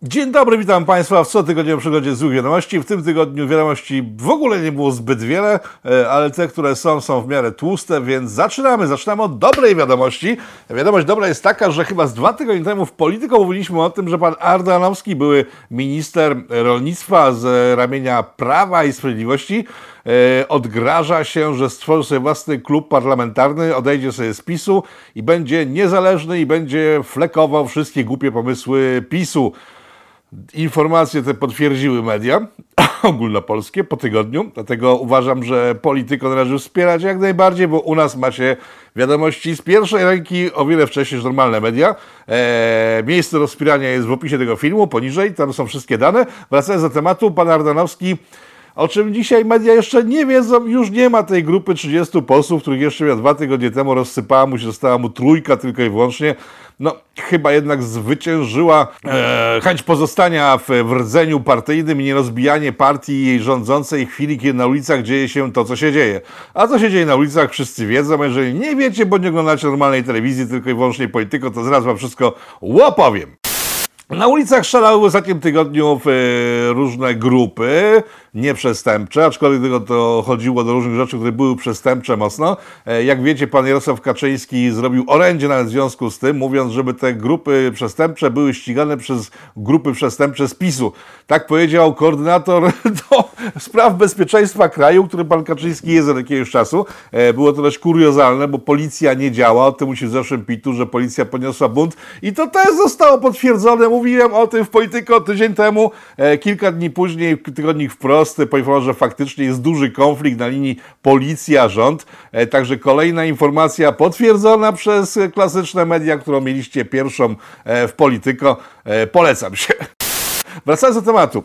Dzień dobry, witam Państwa w cotygodniowym przeglądzie złych wiadomości. W tym tygodniu wiadomości w ogóle nie było zbyt wiele, ale te, które są w miarę tłuste, więc zaczynamy. Zaczynamy od dobrej wiadomości. Wiadomość dobra jest taka, że chyba z 2 tygodnie temu w Polityko mówiliśmy o tym, że pan Ardanowski, były minister rolnictwa z ramienia Prawa i Sprawiedliwości, odgraża się, że stworzy sobie własny klub parlamentarny, odejdzie sobie z PiS-u i będzie niezależny i będzie flekował wszystkie głupie pomysły PiS-u. Informacje te potwierdziły media ogólnopolskie po tygodniu, dlatego uważam, że Polityko należy wspierać jak najbardziej, bo u nas macie wiadomości z pierwszej ręki o wiele wcześniej niż normalne media. Miejsce do wspierania jest w opisie tego filmu, poniżej, tam są wszystkie dane. Wracając do tematu, pan Ardanowski, o czym dzisiaj media jeszcze nie wiedzą, już nie ma tej grupy 30 posłów, których jeszcze miał 2 tygodnie temu, rozsypała mu się, została mu trójka tylko i wyłącznie. No, chyba jednak zwyciężyła chęć pozostania w rdzeniu partyjnym i nie rozbijanie partii jej rządzącej w chwili, kiedy na ulicach dzieje się to, co się dzieje. A co się dzieje na ulicach, wszyscy wiedzą. Jeżeli nie wiecie, bo nie oglądacie normalnej telewizji, tylko i wyłącznie Polityko, to zaraz wam wszystko opowiem. Na ulicach szalały w ostatnim tygodniu różne grupy nieprzestępcze, aczkolwiek tylko to chodziło do różnych rzeczy, które były przestępcze mocno. Jak wiecie, pan Jarosław Kaczyński zrobił orędzie nawet w związku z tym, mówiąc, żeby te grupy przestępcze były ścigane przez grupy przestępcze z PiS-u. Tak powiedział koordynator do spraw bezpieczeństwa kraju, który pan Kaczyński jest od jakiegoś czasu. Było to dość kuriozalne, bo policja nie działa. O tym musi w zeszłym PiT-u, że policja poniosła bunt i to też zostało potwierdzone. Mówiłem o tym w Polityko tydzień temu. Kilka dni później tygodnik Wprost poinformował, że faktycznie jest duży konflikt na linii policja-rząd. Także kolejna informacja potwierdzona przez klasyczne media, którą mieliście pierwszą w Polityko. Polecam się. Wracając do tematu.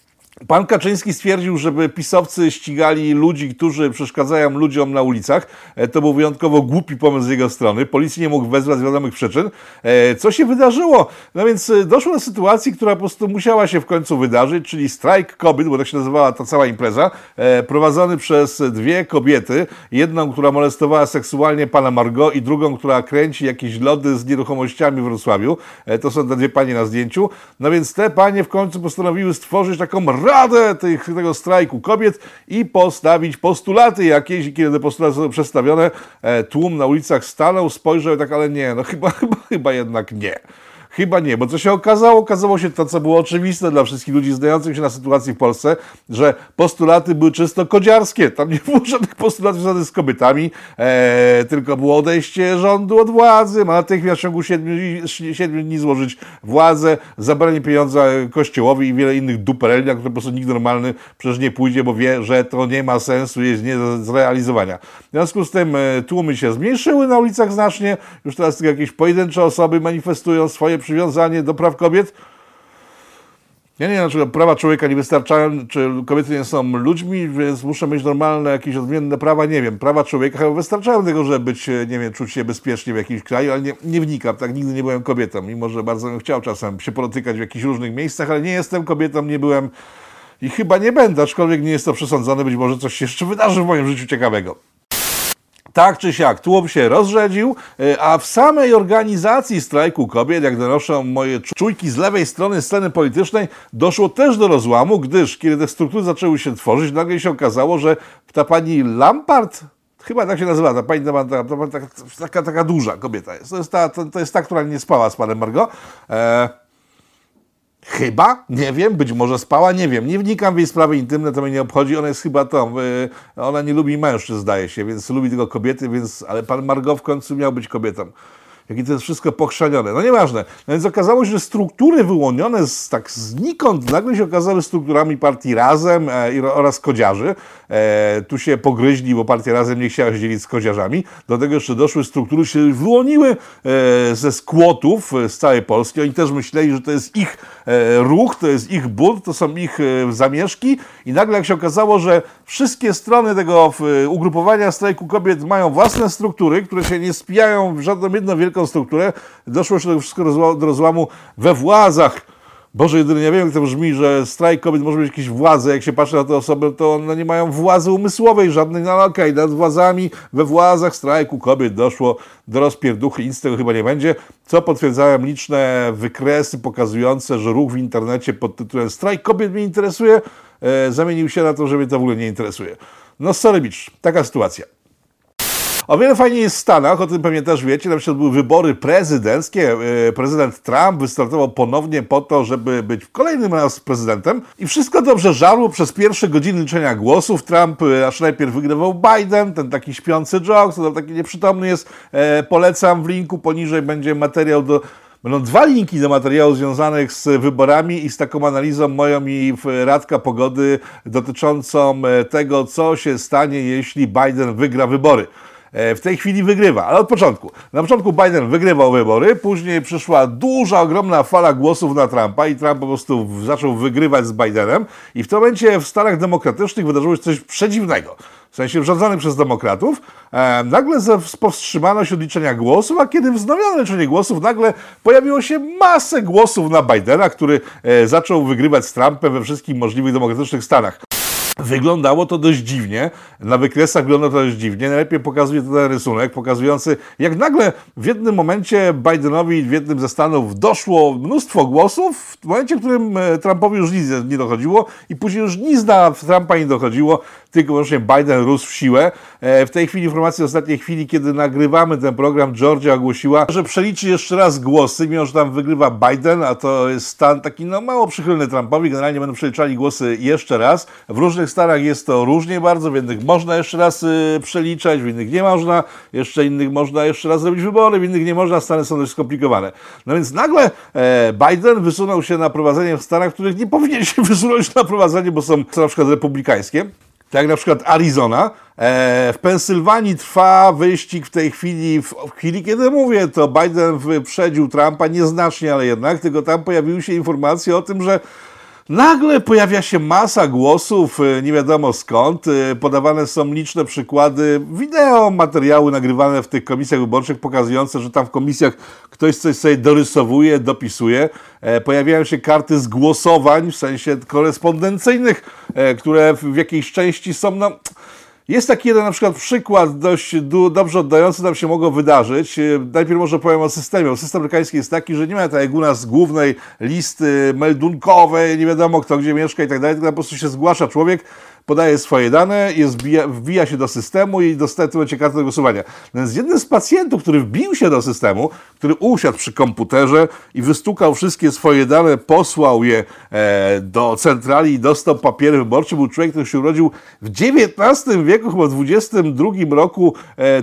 Pan Kaczyński stwierdził, żeby pisowcy ścigali ludzi, którzy przeszkadzają ludziom na ulicach. To był wyjątkowo głupi pomysł z jego strony. Policji nie mógł wezwać z wiadomych przyczyn. Co się wydarzyło? No więc doszło do sytuacji, która po prostu musiała się w końcu wydarzyć, czyli strajk kobiet, bo tak się nazywała ta cała impreza, prowadzony przez 2 kobiety. Jedną, która molestowała seksualnie pana Margot i drugą, która kręci jakieś lody z nieruchomościami w Wrocławiu. To są te 2 panie na zdjęciu. No więc te panie w końcu postanowiły stworzyć taką radę tego strajku kobiet i postawić postulaty jakieś, i kiedy te postulaty są przedstawione, tłum na ulicach stanął, spojrzał tak, ale nie, no chyba jednak nie. Chyba nie, bo co się okazało? Okazało się to, co było oczywiste dla wszystkich ludzi znających się na sytuacji w Polsce, że postulaty były czysto kodziarskie. Tam nie było żadnych postulatów związanych z kobietami, tylko było odejście rządu od władzy, ma natychmiast w ciągu 7 dni złożyć władzę, zabranie pieniądza Kościołowi i wiele innych dupereli, na które po prostu nikt normalny przecież nie pójdzie, bo wie, że to nie ma sensu, jest nie do zrealizowania. W związku z tym tłumy się zmniejszyły na ulicach znacznie, już teraz tylko jakieś pojedyncze osoby manifestują swoje przywiązanie do praw kobiet. Ja nie wiem, dlaczego prawa człowieka nie wystarczają, czy kobiety nie są ludźmi, więc muszą mieć normalne, jakieś odmienne prawa, nie wiem. Prawa człowieka chyba wystarczają do tego, żeby być, nie wiem, czuć się bezpiecznie w jakimś kraju, ale nie wnikam, tak, nigdy nie byłem kobietą, mimo że bardzo bym chciał czasem się potykać w jakichś różnych miejscach, ale nie jestem kobietą, nie byłem i chyba nie będę, aczkolwiek nie jest to przesądzone, być może coś się jeszcze wydarzy w moim życiu ciekawego. Tak czy siak, tłum się rozrzedził, a w samej organizacji strajku kobiet, jak donoszą moje czujki z lewej strony sceny politycznej, doszło też do rozłamu, gdyż kiedy te struktury zaczęły się tworzyć, nagle się okazało, że ta pani Lampart, chyba tak się nazywa, ta pani taka duża kobieta jest. To jest ta, która nie spała z panem Margot. Chyba, nie wiem, być może spała, nie wiem, nie wnikam w jej sprawy intymne, to mnie nie obchodzi, ona jest chyba ona nie lubi mężczyzn, zdaje się, więc lubi tylko kobiety, ale pan Margot w końcu miał być kobietą. Jakie to jest wszystko pochrzanione. No nieważne. No więc okazało się, że struktury wyłonione tak znikąd nagle się okazały strukturami partii Razem oraz Kodziarzy. Tu się pogryźli, bo partia Razem nie chciała się dzielić z Kodziarzami. Do tego jeszcze doszły struktury, się wyłoniły ze skłotów z całej Polski. Oni też myśleli, że to jest ich ruch, to jest ich bunt, to są ich zamieszki. I nagle jak się okazało, że wszystkie strony tego ugrupowania strajku kobiet mają własne struktury, które się nie spijają w żadną jedną wielką strukturę, doszło się do wszystkiego do rozłamu we władzach Boże, jedynie nie wiem, jak to brzmi, że strajk kobiet może mieć jakieś władze. Jak się patrzy na te osoby, to one nie mają władzy umysłowej żadnej. No okej, nad władzami, we władzach strajku kobiet doszło do rozpierduchy, nic z tego chyba nie będzie, co potwierdzają liczne wykresy pokazujące, że ruch w internecie pod tytułem strajk kobiet mnie interesuje, zamienił się na to, że mnie to w ogóle nie interesuje. No sorry bitch, taka sytuacja. O wiele fajniej jest w Stanach, o tym pewnie też wiecie, na przykład były wybory prezydenckie, prezydent Trump wystartował ponownie po to, żeby być kolejnym raz prezydentem i wszystko dobrze żarło przez pierwsze godziny liczenia głosów. Trump aż najpierw wygrywał Biden, ten taki śpiący joke, to taki nieprzytomny jest, polecam w linku poniżej będzie materiał Będą dwa linki do materiałów związanych z wyborami i z taką analizą moją i Radka Pogody dotyczącą tego, co się stanie, jeśli Biden wygra wybory. W tej chwili wygrywa, ale od początku. Na początku Biden wygrywał wybory, później przyszła duża, ogromna fala głosów na Trumpa i Trump po prostu zaczął wygrywać z Bidenem i w tym momencie w Stanach Demokratycznych wydarzyło się coś przedziwnego. W sensie rządzonych przez demokratów, nagle powstrzymano się od liczenia głosów, a kiedy wznowiono liczenie głosów, nagle pojawiło się masę głosów na Bidena, który zaczął wygrywać z Trumpem we wszystkich możliwych demokratycznych stanach. Wyglądało to dość dziwnie, na wykresach wygląda to dość dziwnie. Najlepiej pokazuje to ten rysunek, pokazujący, jak nagle w jednym momencie Bidenowi w jednym ze stanów doszło mnóstwo głosów, w momencie, w którym Trumpowi już nic nie dochodziło i później już nic na Trumpa nie dochodziło, tylko wyłącznie Biden rósł w siłę. W tej chwili informacja z ostatniej chwili, kiedy nagrywamy ten program, Georgia ogłosiła, że przeliczy jeszcze raz głosy, mimo że tam wygrywa Biden, a to jest stan taki mało przychylny Trumpowi. Generalnie będą przeliczali głosy jeszcze raz. W różnych stanach jest to różnie bardzo, w innych można jeszcze raz przeliczać, w innych nie można, jeszcze innych można jeszcze raz zrobić wybory, w innych nie można, Stany są dość skomplikowane. No więc nagle Biden wysunął się na prowadzenie w Stanach, w których nie powinien się wysunąć na prowadzenie, bo są na przykład republikańskie. Tak jak na przykład Arizona. W Pensylwanii trwa wyścig w tej chwili, w chwili kiedy mówię, to Biden wyprzedził Trumpa nieznacznie, ale jednak, tylko tam pojawiły się informacje o tym, że nagle pojawia się masa głosów, nie wiadomo skąd, podawane są liczne przykłady wideo, materiały nagrywane w tych komisjach wyborczych pokazujące, że tam w komisjach ktoś coś sobie dorysowuje, dopisuje. Pojawiają się karty z głosowań, w sensie korespondencyjnych, które w jakiejś części są, jest taki jeden na przykład przykład dość dobrze oddający nam się mogło wydarzyć. Najpierw może powiem o systemie. System amerykański jest taki, że nie ma tak jak u nas głównej listy meldunkowej, nie wiadomo kto gdzie mieszka i tak dalej, tylko po prostu się zgłasza człowiek, podaje swoje dane, wbija się do systemu i dostaje w tym momencie kartę do głosowania. Więc jeden z pacjentów, który wbił się do systemu, który usiadł przy komputerze i wystukał wszystkie swoje dane, posłał je do centrali i dostał papiery wyborcze, był człowiek, który się urodził w XIX wieku, chyba w 22 roku,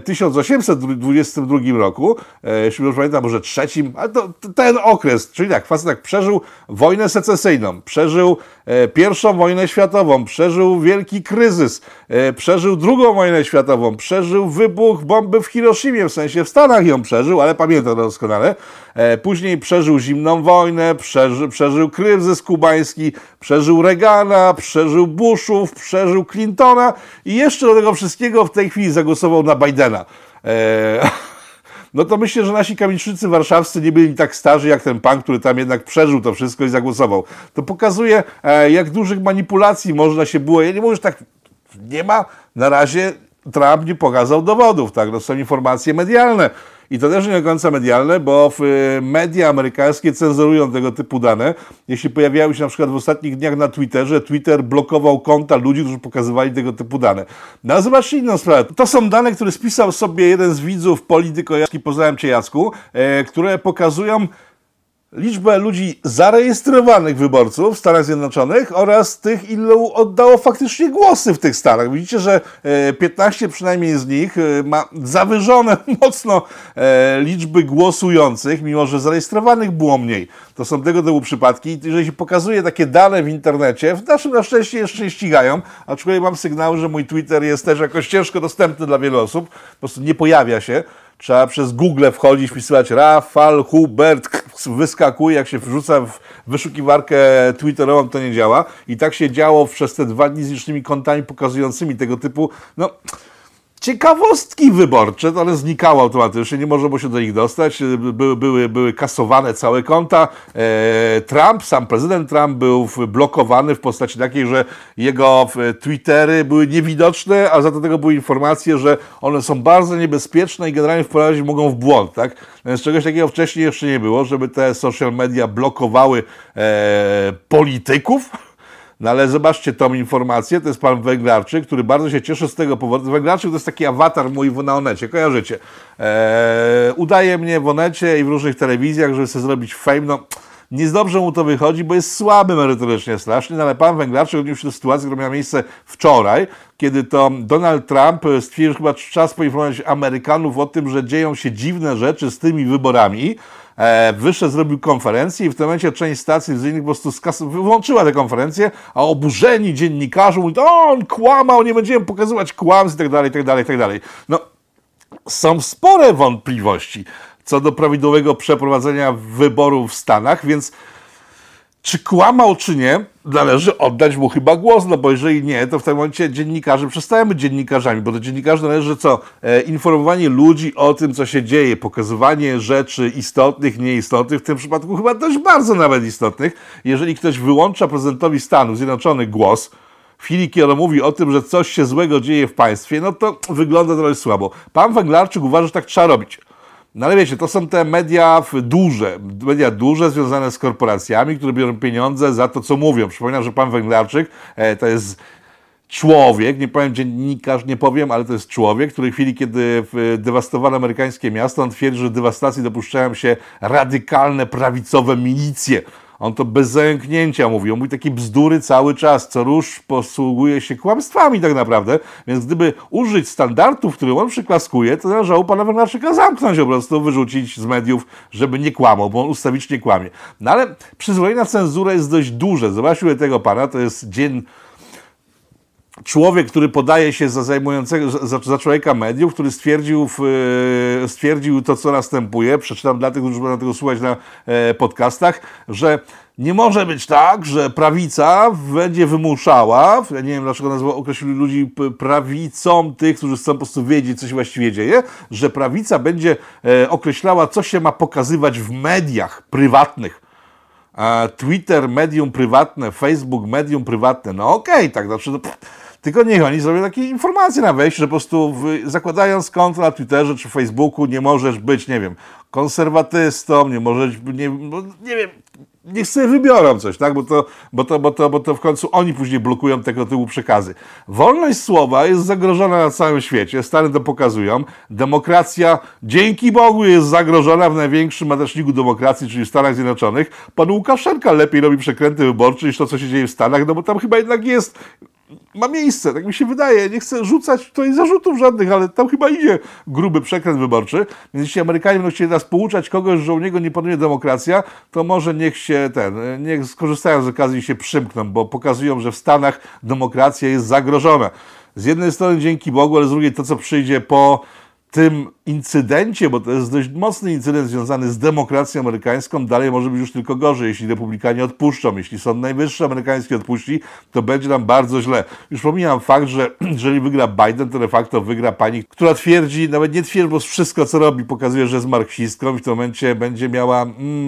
1822 roku, jeśli dobrze pamiętam, może trzecim, ale to ten okres, czyli tak, facet tak przeżył wojnę secesyjną, przeżył I wojnę światową, przeżył wielki kryzys, przeżył II wojnę światową, przeżył wybuch bomby w Hiroshimie, w sensie w Stanach ją przeżył, ale pamiętam to doskonale. Później przeżył zimną wojnę, przeżył kryzys kubański, przeżył Reagana, przeżył Bushów, przeżył Clintona i jeszcze do tego wszystkiego w tej chwili zagłosował na Bidena. No to myślę, że nasi kamieńczycy warszawscy nie byli tak starzy jak ten pan, który tam jednak przeżył to wszystko i zagłosował. To pokazuje, jak dużych manipulacji można się było. Ja nie mówię, że tak nie ma. Na razie Trump nie pokazał dowodów, tak? No są informacje medialne. I to też nie do końca medialne, bo media amerykańskie cenzurują tego typu dane. Jeśli pojawiały się na przykład w ostatnich dniach na Twitterze, Twitter blokował konta ludzi, którzy pokazywali tego typu dane. No ale zobaczcie inną sprawę. To są dane, które spisał sobie jeden z widzów Polityko Jacki, poznałem Cię Jacku, które pokazują liczbę ludzi zarejestrowanych wyborców w Stanach Zjednoczonych oraz tych, ilu oddało faktycznie głosy w tych stanach. Widzicie, że 15 przynajmniej z nich ma zawyżone mocno liczby głosujących, mimo że zarejestrowanych było mniej. To są tego typu przypadki. Jeżeli się pokazuje takie dane w internecie, w naszym na szczęście jeszcze nie ścigają, aczkolwiek mam sygnały, że mój Twitter jest też jakoś ciężko dostępny dla wielu osób, po prostu nie pojawia się. Trzeba przez Google wchodzić, wpisywać Rafał Hubert, wyskakuje, jak się wrzuca w wyszukiwarkę twitterową, to nie działa. I tak się działo przez te 2 dni z licznymi kontami pokazującymi tego typu, ciekawostki wyborcze, to one znikały automatycznie, nie można było się do nich dostać, były kasowane całe konta. Trump, sam prezydent Trump był blokowany w postaci takiej, że jego Twittery były niewidoczne, a za to tego były informacje, że one są bardzo niebezpieczne i generalnie wprowadzić mogą w błąd, tak? Więc czegoś takiego wcześniej jeszcze nie było, żeby te social media blokowały polityków. No ale zobaczcie tą informację, to jest pan Węglarczyk, który bardzo się cieszy z tego powodu. Węglarczyk to jest taki awatar mój na Onecie, kojarzycie? Udaje mnie w Onecie i w różnych telewizjach, żeby sobie zrobić fame, no nie dobrze mu to wychodzi, bo jest słaby merytorycznie strasznie, no ale pan Węglarczyk odniósł się do sytuacji, która miała miejsce wczoraj, kiedy to Donald Trump stwierdził, że chyba czas poinformować Amerykanów o tym, że dzieją się dziwne rzeczy z tymi wyborami. Wyszedł, zrobił konferencję i w tym momencie część stacji telewizyjnych po prostu wyłączyła tę konferencję, a oburzeni dziennikarze mówią, on kłamał, nie będziemy pokazywać kłamstw i tak dalej, i tak dalej, i tak dalej. No, są spore wątpliwości co do prawidłowego przeprowadzenia wyborów w Stanach, więc czy kłamał, czy nie, należy oddać mu chyba głos, no bo jeżeli nie, to w tym momencie dziennikarze przestają być dziennikarzami, bo do dziennikarzy należy co? Informowanie ludzi o tym, co się dzieje, pokazywanie rzeczy istotnych, nieistotnych, w tym przypadku chyba dość bardzo nawet istotnych. Jeżeli ktoś wyłącza prezydentowi Stanów Zjednoczonych głos, w chwili, kiedy on mówi o tym, że coś się złego dzieje w państwie, no to wygląda trochę słabo. Pan Węglarczyk uważa, że tak trzeba robić. No ale wiecie, to są te media duże związane z korporacjami, które biorą pieniądze za to, co mówią. Przypominam, że pan Węglarczyk to jest człowiek, nie powiem dziennikarz, nie powiem, ale to jest człowiek, który w chwili, kiedy dewastowano amerykańskie miasto, on twierdzi, że dewastacji dopuszczają się radykalne, prawicowe milicje. On to bez zająknięcia mówi. On mówi takie bzdury cały czas. Co rusz posługuje się kłamstwami tak naprawdę. Więc gdyby użyć standardów, którym on przyklaskuje, to należało pana Węglarczyka zamknąć po prostu, wyrzucić z mediów, żeby nie kłamał, bo on ustawicznie kłamie. No ale przyzwolenie na cenzurę jest dość duże. Zobaczmy tego pana, to jest człowiek, który podaje się za człowieka mediów, który stwierdził to, co następuje, przeczytam dla tych, którzy będą tego słuchać na podcastach, że nie może być tak, że prawica będzie wymuszała, ja nie wiem dlaczego określili ludzi prawicą, tych, którzy chcą po prostu wiedzieć, co się właściwie dzieje, że prawica będzie określała, co się ma pokazywać w mediach prywatnych. Twitter, medium prywatne, Facebook, medium prywatne, no okej, tak, znaczy, tylko niech oni zrobią takie informacje na wejściu, że po prostu zakładając konto na Twitterze czy Facebooku nie możesz być, nie wiem, konserwatystą, nie możesz, nie wiem, niech sobie wybiorą coś, tak? Bo to w końcu oni później blokują tego typu przekazy. Wolność słowa jest zagrożona na całym świecie, Stany to pokazują. Demokracja, dzięki Bogu, jest zagrożona w największym mateczniku demokracji, czyli w Stanach Zjednoczonych. Pan Łukaszenka lepiej robi przekręty wyborcze niż to, co się dzieje w Stanach, no bo tam chyba jednak ma miejsce, tak mi się wydaje. Nie chcę rzucać tutaj zarzutów żadnych, ale tam chyba idzie gruby przekręt wyborczy. Więc jeśli Amerykanie będą chcieli nas pouczać kogoś, że u niego nie panuje demokracja, to może niech skorzystają z okazji i się przymkną, bo pokazują, że w Stanach demokracja jest zagrożona. Z jednej strony dzięki Bogu, ale z drugiej to, co przyjdzie po tym incydencie, bo to jest dość mocny incydent związany z demokracją amerykańską, dalej może być już tylko gorzej, jeśli republikanie odpuszczą, jeśli Sąd Najwyższy amerykański odpuści, to będzie nam bardzo źle. Już pomijam fakt, że jeżeli wygra Biden, to de facto wygra pani, która twierdzi, nawet nie twierdzi, bo wszystko co robi pokazuje, że jest marksistką i w tym momencie będzie miała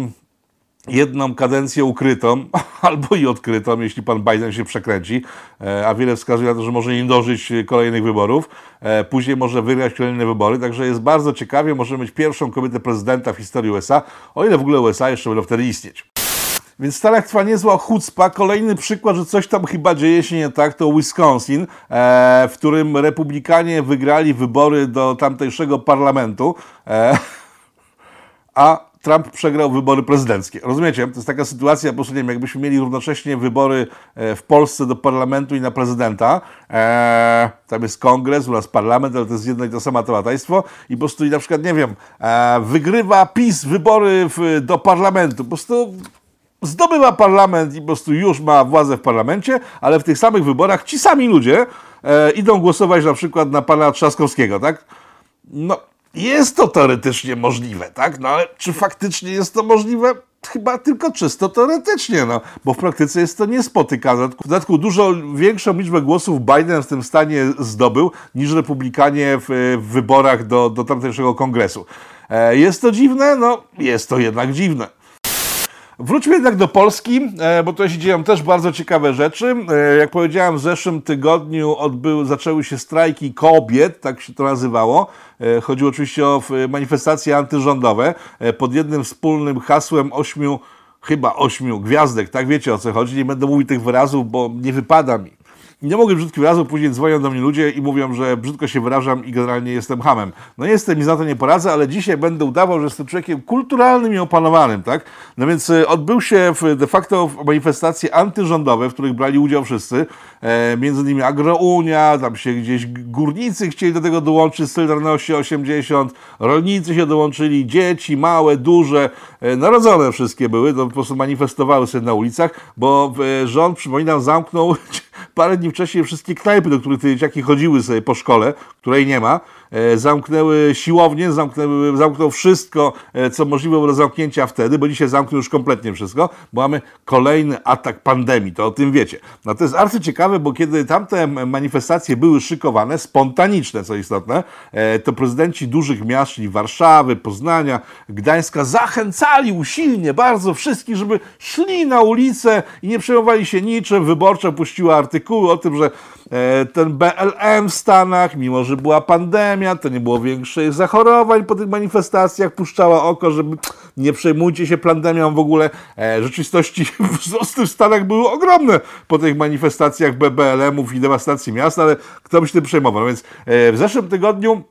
jedną kadencję ukrytą, albo i odkrytą, jeśli pan Biden się przekręci, a wiele wskazuje na to, że może nie dożyć kolejnych wyborów, później może wygrać kolejne wybory, także jest bardzo ciekawie, możemy mieć pierwszą kobietę prezydenta w historii USA, o ile w ogóle USA jeszcze będą wtedy istnieć. Więc w Stanach trwa niezła chucpa. Kolejny przykład, że coś tam chyba dzieje się nie tak, to Wisconsin, w którym republikanie wygrali wybory do tamtejszego parlamentu, a Trump przegrał wybory prezydenckie. Rozumiecie? To jest taka sytuacja, po prostu nie wiem, jakbyśmy mieli równocześnie wybory w Polsce do parlamentu i na prezydenta. Tam jest kongres, u nas parlament, ale to jest jedno i to samo tematajstwo. I po prostu, na przykład, nie wiem, wygrywa PiS wybory do parlamentu. Po prostu zdobywa parlament i po prostu już ma władzę w parlamencie, ale w tych samych wyborach ci sami ludzie idą głosować na przykład na pana Trzaskowskiego, tak? No, jest to teoretycznie możliwe, tak? No ale czy faktycznie jest to możliwe? chyba tylko czysto teoretycznie, no, bo w praktyce jest to niespotykane. W dodatku dużo większą liczbę głosów Biden w tym stanie zdobył niż republikanie w wyborach do tamtejszego kongresu. Jest to dziwne? No, jest to jednak dziwne. Wróćmy jednak do Polski, bo tutaj się dzieją też bardzo ciekawe rzeczy. Jak powiedziałem, w zeszłym tygodniu zaczęły się strajki kobiet, tak się to nazywało. Chodziło oczywiście o manifestacje antyrządowe pod jednym wspólnym hasłem chyba 8 gwiazdek, tak wiecie o co chodzi. Nie będę mówił tych wyrazów, bo nie wypada mi. Nie mogę brzydkich wyrazów, później dzwonią do mnie ludzie i mówią, że brzydko się wyrażam i generalnie jestem chamem. No jestem i za to nie poradzę, ale dzisiaj będę udawał, że jestem człowiekiem kulturalnym i opanowanym, tak? No więc odbył się de facto manifestacje antyrządowe, w których brali udział wszyscy, między innymi Agrounia, tam się gdzieś górnicy chcieli do tego dołączyć, Solidarności 80, rolnicy się dołączyli, dzieci małe, duże, narodzone wszystkie były, to po prostu manifestowały sobie na ulicach, bo rząd, przypominam, zamknął parę dni wcześniej wszystkie knajpy, do których te dzieciaki chodziły sobie po szkole, której nie ma, zamknęły siłownie, zamknął wszystko, co możliwe do zamknięcia wtedy, bo dzisiaj zamknął już kompletnie wszystko, bo mamy kolejny atak pandemii, to o tym wiecie. No to jest arcyciekawe, bo kiedy tamte manifestacje były szykowane, spontaniczne, co istotne, to prezydenci dużych miast, czyli Warszawy, Poznania, Gdańska, zachęcali usilnie bardzo wszystkich, żeby szli na ulicę i nie przejmowali się niczym. Wyborcza puściła artykuły o tym, że ten BLM w Stanach, mimo że była pandemia, to nie było większych zachorowań po tych manifestacjach, puszczała oko, żeby nie przejmujcie się pandemią w ogóle. W rzeczywistości wzrosty w Stanach były ogromne po tych manifestacjach BLM-ów i dewastacji miast, ale kto by się tym przejmował? No więc w zeszłym tygodniu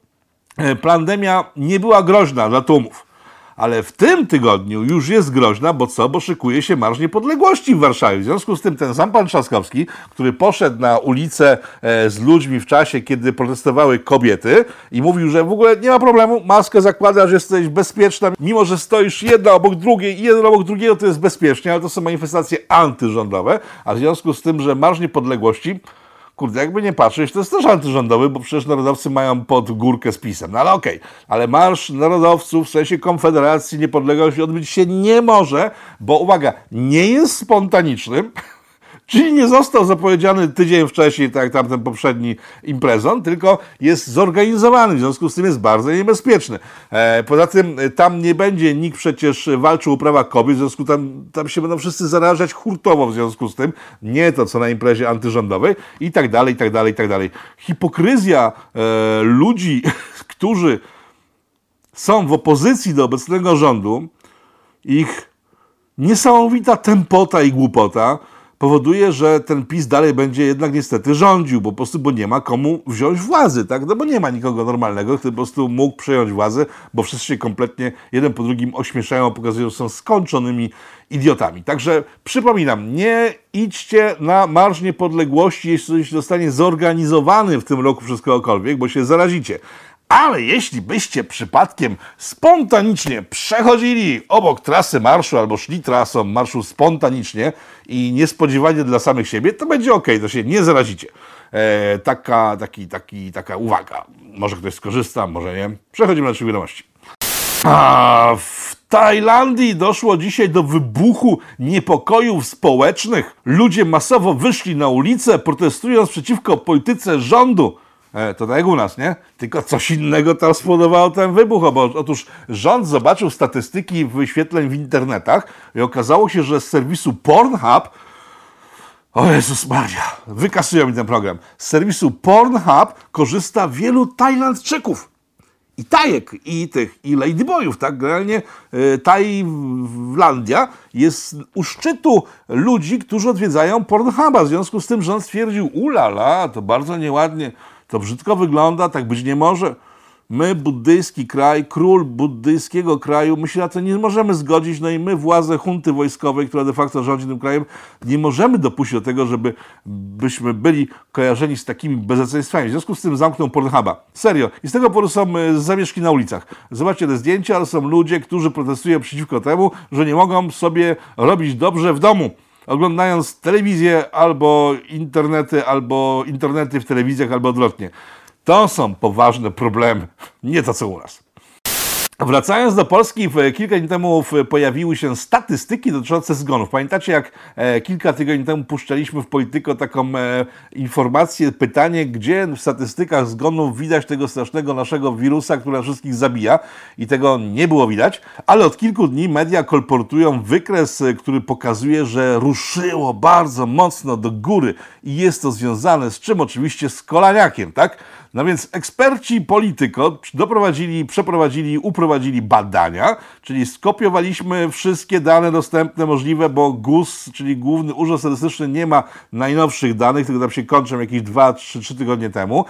pandemia nie była groźna dla tłumów. Ale w tym tygodniu już jest groźna, bo co? Bo szykuje się Marsz Niepodległości w Warszawie. W związku z tym ten sam pan Trzaskowski, który poszedł na ulicę z ludźmi w czasie, kiedy protestowały kobiety i mówił, że w ogóle nie ma problemu, maskę zakładasz, jesteś bezpieczna, mimo że stoisz jedna obok drugiej i jeden obok drugiego, to jest bezpiecznie, ale to są manifestacje antyrządowe, a w związku z tym, że Marsz Niepodległości, kurde, jakby nie patrzeć, to jest też antyrządowy, bo przecież narodowcy mają pod górkę z PiS-em. No ale okej. Ale marsz narodowców w sensie Konfederacji Niepodległości odbyć się nie może, bo uwaga, nie jest spontaniczny, czyli nie został zapowiedziany tydzień wcześniej, tak jak tamten poprzedni imprezon, tylko jest zorganizowany, w związku z tym jest bardzo niebezpieczny. Poza tym tam nie będzie nikt przecież walczył o prawa kobiet, w związku tam się będą wszyscy zarażać hurtowo w związku z tym, nie to co na imprezie antyrządowej i tak dalej, i tak dalej, i tak dalej. Hipokryzja ludzi, którzy są w opozycji do obecnego rządu, ich niesamowita tempota i głupota powoduje, że ten PiS dalej będzie jednak niestety rządził, po prostu, bo nie ma komu wziąć władzy, tak? No bo nie ma nikogo normalnego, który po prostu mógł przejąć władzę, bo wszyscy się kompletnie jeden po drugim ośmieszają, pokazują, że są skończonymi idiotami. Także przypominam, nie idźcie na Marsz Niepodległości, jeśli zostanie zorganizowany w tym roku przez kogokolwiek, bo się zarazicie. Ale jeśli byście przypadkiem spontanicznie przechodzili obok trasy marszu albo szli trasą marszu spontanicznie i niespodziewanie dla samych siebie, to będzie okej, to się nie zarazicie. Taka uwaga. Może ktoś skorzysta, może nie. Przechodzimy do naszych wiadomości. W Tajlandii doszło dzisiaj do wybuchu niepokojów społecznych. Ludzie masowo wyszli na ulicę, protestując przeciwko polityce rządu. To tak jak u nas, nie? Tylko coś innego tam spowodowało ten wybuch, bo otóż rząd zobaczył statystyki wyświetleń w internetach i okazało się, że z serwisu Pornhub, o Jezus Maria, wykasują mi ten program, z serwisu Pornhub korzysta wielu Tajlandczyków. I Tajek, i ladyboyów, tak? Generalnie Tajlandia jest u szczytu ludzi, którzy odwiedzają Pornhuba. W związku z tym rząd stwierdził, ulala, to bardzo nieładnie, to brzydko wygląda, tak być nie może. My, buddyjski kraj, król buddyjskiego kraju, my się na to nie możemy zgodzić, no i my, władze junty wojskowej, która de facto rządzi tym krajem, nie możemy dopuścić do tego, byśmy byli kojarzeni z takimi bezeceństwami. W związku z tym zamknął Pornhuba. Serio. I z tego powodu są zamieszki na ulicach. Zobaczcie te zdjęcia, ale są ludzie, którzy protestują przeciwko temu, że nie mogą sobie robić dobrze w domu, oglądając telewizję albo internety w telewizjach, albo odwrotnie. To są poważne problemy, nie to co u nas. Wracając do Polski, kilka dni temu pojawiły się statystyki dotyczące zgonów. Pamiętacie, jak kilka tygodni temu puszczaliśmy w Polityko taką informację, pytanie, gdzie w statystykach zgonów widać tego strasznego naszego wirusa, który wszystkich zabija, i tego nie było widać, ale od kilku dni media kolportują wykres, który pokazuje, że ruszyło bardzo mocno do góry i jest to związane z czym? Oczywiście z Kolaniakiem, tak? No więc eksperci Polityko uprowadzili badania, czyli skopiowaliśmy wszystkie dane dostępne możliwe, bo GUS, czyli Główny Urząd Statystyczny, nie ma najnowszych danych, tylko tam się kończą jakieś 2-3 tygodnie temu.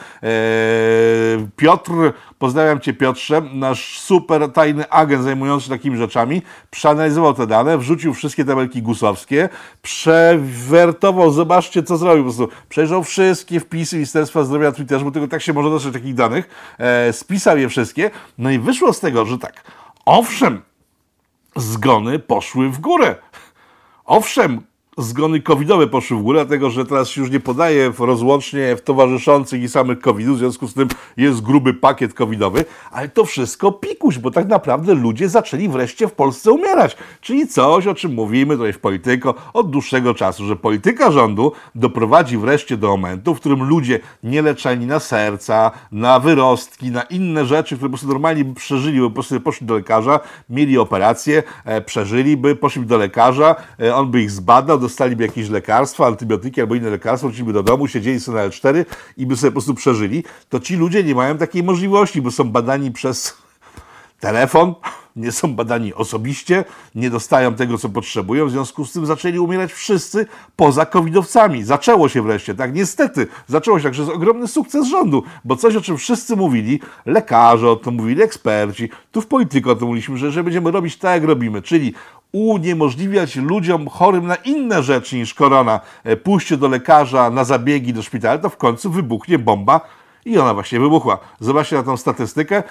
Piotr, pozdrawiam Cię Piotrze, nasz super tajny agent zajmujący się takimi rzeczami, przeanalizował te dane, wrzucił wszystkie tabelki GUS-owskie, przewertował, zobaczcie co zrobił, po prostu przejrzał wszystkie wpisy Ministerstwa Zdrowia na Twitterze, bo tylko tak się może dotrzeć takich danych, spisał je wszystkie, no i wyszło z tego, że tak, owszem, zgony poszły w górę. Owszem, zgony covidowe poszły w górę, dlatego że teraz się już nie podaje rozłącznie w towarzyszących i samych covidów, w związku z tym jest gruby pakiet covidowy, ale to wszystko pikuś, bo tak naprawdę ludzie zaczęli wreszcie w Polsce umierać. Czyli coś, o czym mówimy tutaj w Polityko od dłuższego czasu, że polityka rządu doprowadzi wreszcie do momentu, w którym ludzie nieleczeni na serca, na wyrostki, na inne rzeczy, które po prostu normalnie by przeżyli, by po prostu poszli do lekarza, mieli operację, przeżyliby, poszli do lekarza, on by ich zbadał, dostaliby jakieś lekarstwa, antybiotyki albo inne lekarstwa, wróciliby do domu, siedzieli sobie na L4 i by sobie po prostu przeżyli, to ci ludzie nie mają takiej możliwości, bo są badani przez telefon, nie są badani osobiście, nie dostają tego, co potrzebują, w związku z tym zaczęli umierać wszyscy poza covidowcami. Zaczęło się wreszcie, tak? Niestety, zaczęło się, także jest ogromny sukces rządu, bo coś, o czym wszyscy mówili, lekarze o tym mówili, eksperci, tu w Polityko o tym mówiliśmy, że będziemy robić tak, jak robimy, czyli uniemożliwiać ludziom chorym na inne rzeczy niż korona pójście do lekarza, na zabiegi, do szpitala, to w końcu wybuchnie bomba i ona właśnie wybuchła. Zobaczcie na tą statystykę.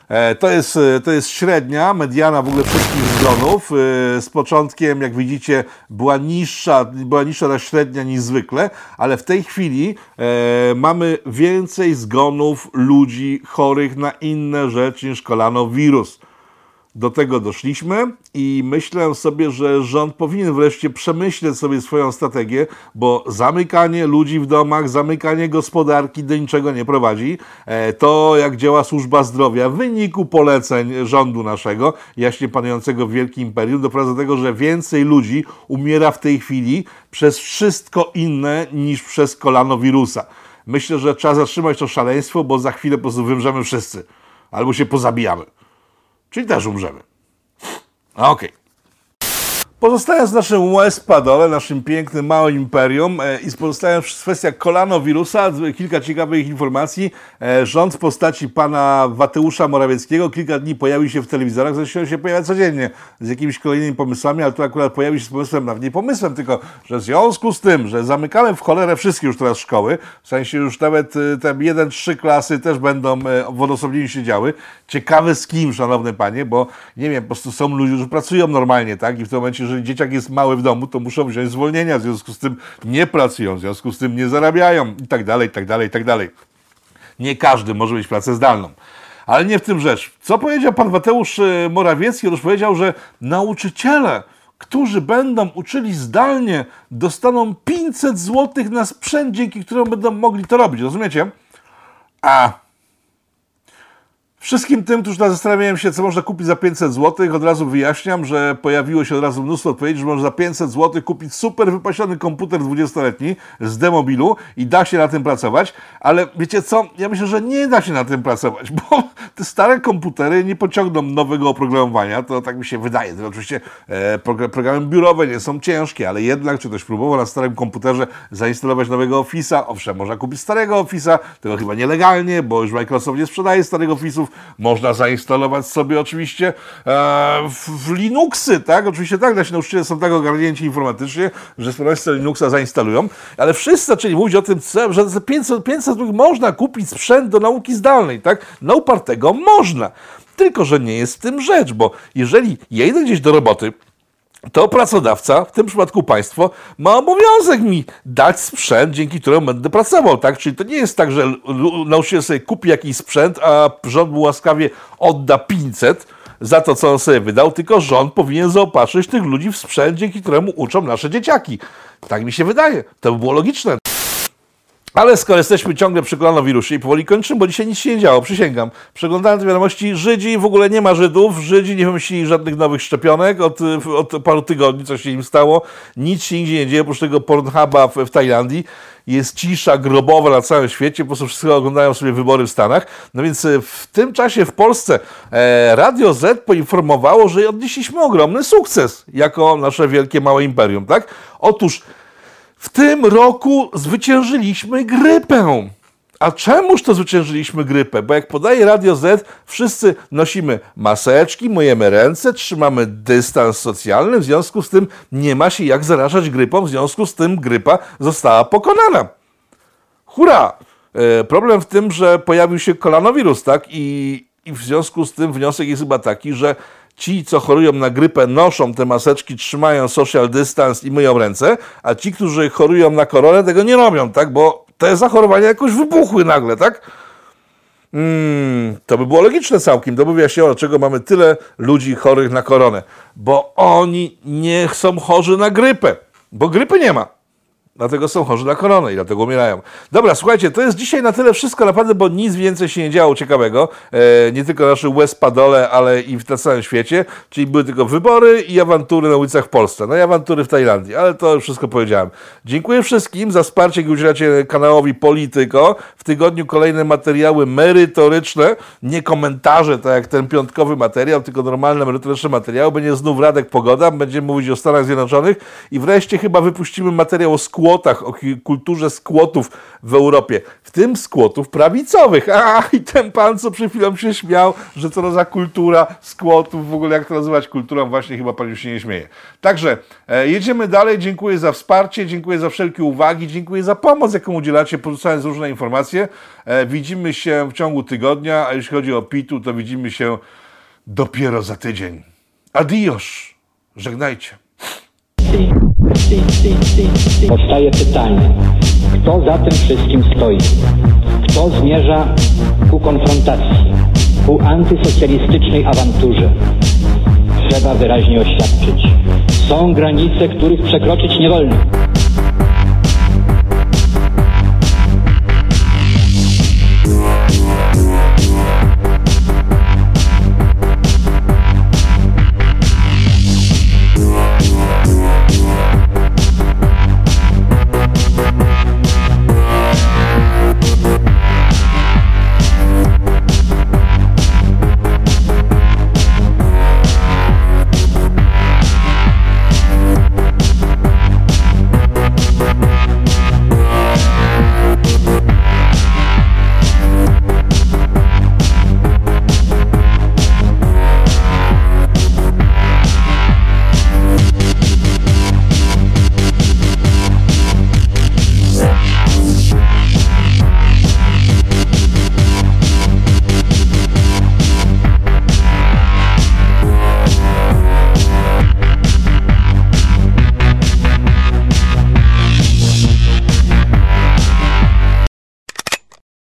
To jest średnia, mediana w ogóle wszystkich zgonów. Z początkiem, jak widzicie, była niższa ta średnia niż zwykle, ale w tej chwili mamy więcej zgonów ludzi chorych na inne rzeczy niż koronawirus. Do tego doszliśmy i myślę sobie, że rząd powinien wreszcie przemyśleć sobie swoją strategię, bo zamykanie ludzi w domach, zamykanie gospodarki do niczego nie prowadzi. To, jak działa służba zdrowia w wyniku poleceń rządu naszego, jaśnie panującego w wielkim imperium, doprowadza do tego, że więcej ludzi umiera w tej chwili przez wszystko inne niż przez koronawirusa. Myślę, że trzeba zatrzymać to szaleństwo, bo za chwilę po prostu wymrzemy wszyscy. Albo się pozabijamy. Czyli też umrzemy. Okej. Pozostając w naszym Westpadole, naszym pięknym, małym imperium i pozostając w kwestiach koronawirusa, kilka ciekawych informacji. Rząd w postaci pana Mateusza Morawieckiego kilka dni pojawił się w telewizorach, zresztą się pojawia codziennie z jakimiś kolejnymi pomysłami, ale tu akurat pojawił się z pomysłem, nawet nie pomysłem, tylko że w związku z tym, że zamykamy w cholerę wszystkie już teraz szkoły, w sensie już nawet te 1-3 klasy też będą w odosobnieniu siedziały. Ciekawe z kim, szanowne panie, bo nie wiem, po prostu są ludzie, którzy pracują normalnie, tak? I w tym momencie, jeżeli dzieciak jest mały w domu, to muszą wziąć zwolnienia, w związku z tym nie pracują, w związku z tym nie zarabiają i tak dalej, i tak dalej, i tak dalej. Nie każdy może mieć pracę zdalną. Ale nie w tym rzecz. Co powiedział pan Mateusz Morawiecki? Otóż powiedział, że nauczyciele, którzy będą uczyli zdalnie, dostaną 500 zł na sprzęt, dzięki któremu będą mogli to robić. Rozumiecie? Wszystkim tym, którzy zastanawiają się, co można kupić za 500 zł, od razu wyjaśniam, że pojawiło się od razu mnóstwo odpowiedzi, że można za 500 zł kupić super wypasiony komputer 20-letni z demobilu i da się na tym pracować, ale wiecie co? Ja myślę, że nie da się na tym pracować, bo te stare komputery nie pociągną nowego oprogramowania, to tak mi się wydaje. To oczywiście programy biurowe nie są ciężkie, ale jednak, czy ktoś próbował na starym komputerze zainstalować nowego Office'a? Owszem, można kupić starego Office'a, tego chyba nielegalnie, bo już Microsoft nie sprzedaje starych Office'ów. Można zainstalować sobie oczywiście w Linuxy, tak? Oczywiście tak, nasi nauczyciele są tak ogarnięci informatycznie, że z pewnością Linuxa zainstalują, ale wszyscy zaczęli mówić o tym, że za 500 można kupić sprzęt do nauki zdalnej, tak? Na upartego można. Tylko że nie jest w tym rzecz, bo jeżeli ja idę gdzieś do roboty, to pracodawca, w tym przypadku państwo, ma obowiązek mi dać sprzęt, dzięki któremu będę pracował, tak? Czyli to nie jest tak, że nauczyciel sobie kupi jakiś sprzęt, a rząd mu łaskawie odda 500, za to, co on sobie wydał, tylko rząd powinien zaopatrzyć tych ludzi w sprzęt, dzięki któremu uczą nasze dzieciaki. Tak mi się wydaje. To by było logiczne. Ale skoro jesteśmy ciągle przy koronawirusie i powoli kończymy, bo dzisiaj nic się nie działo, przysięgam. Przeglądałem te wiadomości, Żydzi, w ogóle nie ma Żydów, Żydzi nie wymyślili żadnych nowych szczepionek, od paru tygodni coś się im stało, nic się nigdzie nie dzieje, oprócz tego Pornhuba w Tajlandii. Jest cisza grobowa na całym świecie, po prostu wszyscy oglądają sobie wybory w Stanach. No więc w tym czasie w Polsce Radio Z poinformowało, że odnieśliśmy ogromny sukces jako nasze wielkie, małe imperium, tak? Otóż w tym roku zwyciężyliśmy grypę. A czemuż to zwyciężyliśmy grypę? Bo jak podaje Radio Z, wszyscy nosimy maseczki, myjemy ręce, trzymamy dystans socjalny, w związku z tym nie ma się jak zarażać grypą, w związku z tym grypa została pokonana. Hurra! Problem w tym, że pojawił się koronawirus, tak? I w związku z tym wniosek jest chyba taki, że ci, co chorują na grypę, noszą te maseczki, trzymają social distance i myją ręce, a ci, którzy chorują na koronę, tego nie robią, tak? Bo te zachorowania jakoś wybuchły nagle, tak? To by było logiczne całkiem. To by wyjaśniało, dlaczego mamy tyle ludzi chorych na koronę. Bo oni nie są chorzy na grypę, bo grypy nie ma. Dlatego są chorzy na koronę i dlatego umierają. Dobra, słuchajcie, to jest dzisiaj na tyle wszystko naprawdę, bo nic więcej się nie działo ciekawego. Nie tylko nasze West Padole, ale i na całym świecie. Czyli były tylko wybory i awantury na ulicach w Polsce. No i awantury w Tajlandii, ale to już wszystko powiedziałem. Dziękuję wszystkim za wsparcie, jakie udzielacie kanałowi Polityko. W tygodniu kolejne materiały merytoryczne, nie komentarze, tak jak ten piątkowy materiał, tylko normalne merytoryczne materiały. Będzie znów Radek Pogoda, będziemy mówić o Stanach Zjednoczonych i wreszcie chyba wypuścimy materiał o skłotach, o kulturze skłotów w Europie, w tym skłotów prawicowych. I ten pan, co przed chwilą się śmiał, że co to za kultura skłotów, w ogóle jak to nazywać kulturą, właśnie chyba pan już się nie śmieje. Także jedziemy dalej. Dziękuję za wsparcie, dziękuję za wszelkie uwagi, dziękuję za pomoc, jaką udzielacie, porzucając różne informacje. Widzimy się w ciągu tygodnia, a jeśli chodzi o PiT-u, to widzimy się dopiero za tydzień. Adios! Żegnajcie. Powstaje pytanie, kto za tym wszystkim stoi? Kto zmierza ku konfrontacji, ku antysocjalistycznej awanturze? Trzeba wyraźnie oświadczyć. Są granice, których przekroczyć nie wolno.